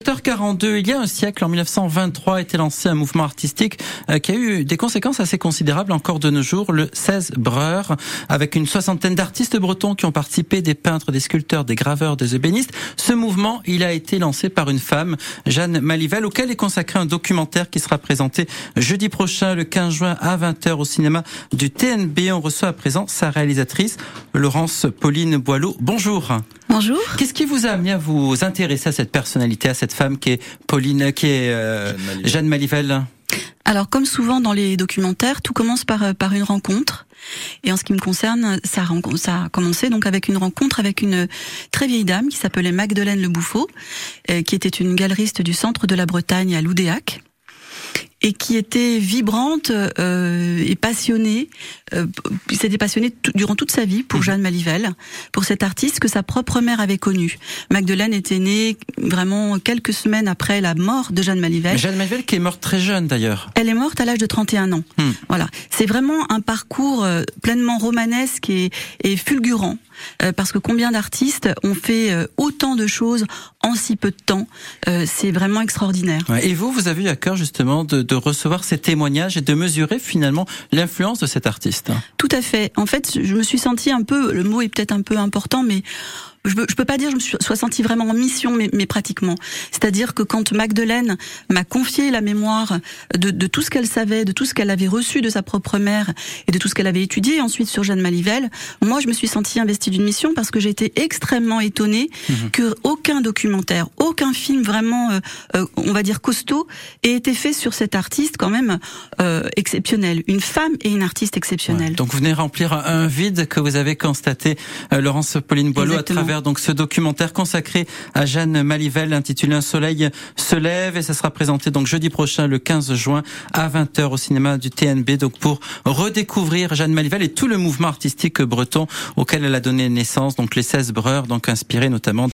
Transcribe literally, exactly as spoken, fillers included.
sept heures quarante-deux, il y a un siècle, en mille neuf cent vingt-trois, a été lancé un mouvement artistique euh, qui a eu des conséquences assez considérables encore de nos jours, le seize Breur, avec une soixantaine d'artistes bretons qui ont participé, des peintres, des sculpteurs, des graveurs, des ébénistes. Ce mouvement, il a été lancé par une femme, Jeanne Malivelle, auquel est consacré un documentaire qui sera présenté jeudi prochain, le quinze juin à vingt heures au cinéma du T N B. On reçoit à présent sa réalisatrice, Laurence Pauline Boileau. Bonjour. Bonjour. Qu'est-ce qui vous a amené à vous intéresser à cette personnalité, à cette femme qui est Pauline, qui est euh, Jeanne Malivelle? Alors, comme souvent dans les documentaires, tout commence par par une rencontre. Et en ce qui me concerne, ça, ça a commencé donc avec une rencontre avec une très vieille dame qui s'appelait Magdeleine Le Bouffot, euh, qui était une galeriste du centre de la Bretagne à Loudéac, et qui était vibrante euh, et passionnée. Euh, il s'était passionné t- durant toute sa vie pour Jeanne Malivelle, pour cette artiste que sa propre mère avait connue. Magdeleine était née vraiment quelques semaines après la mort de Jeanne Malivelle. Jeanne Malivelle qui est morte très jeune d'ailleurs. Elle est morte à l'âge de trente et un ans. Hmm. Voilà, c'est vraiment un parcours euh, pleinement romanesque et, et fulgurant. Euh, parce que combien d'artistes ont fait euh, autant de choses en si peu de temps, euh, c'est vraiment extraordinaire. Ouais, et vous, vous avez eu à cœur justement de, de recevoir ces témoignages et de mesurer finalement l'influence de cet artiste. Tout à fait. En fait, je me suis sentie un peu, le mot est peut-être un peu important, mais je peux, je peux pas dire que je me suis, sois sentie vraiment en mission, mais, mais pratiquement. C'est-à-dire que quand Magdeleine m'a confié la mémoire de, de tout ce qu'elle savait, de tout ce qu'elle avait reçu de sa propre mère et de tout ce qu'elle avait étudié ensuite sur Jeanne Malivelle, moi je me suis sentie investie d'une mission parce que j'ai été extrêmement étonnée mmh. que aucun documentaire, aucun film vraiment, euh, euh, on va dire costaud, ait été fait sur cette artiste quand même euh, exceptionnelle, une femme et une artiste exceptionnelle. Ouais, donc vous venez remplir un vide que vous avez constaté, euh, Laurence Pauline Boileau, à travers donc ce documentaire consacré à Jeanne Malivelle intitulé Un soleil se lève, et ça sera présenté donc jeudi prochain le quinze juin à vingt heures au cinéma du T N B, donc pour redécouvrir Jeanne Malivelle et tout le mouvement artistique breton auquel elle a donné naissance, donc les seize Breurs, donc inspirés notamment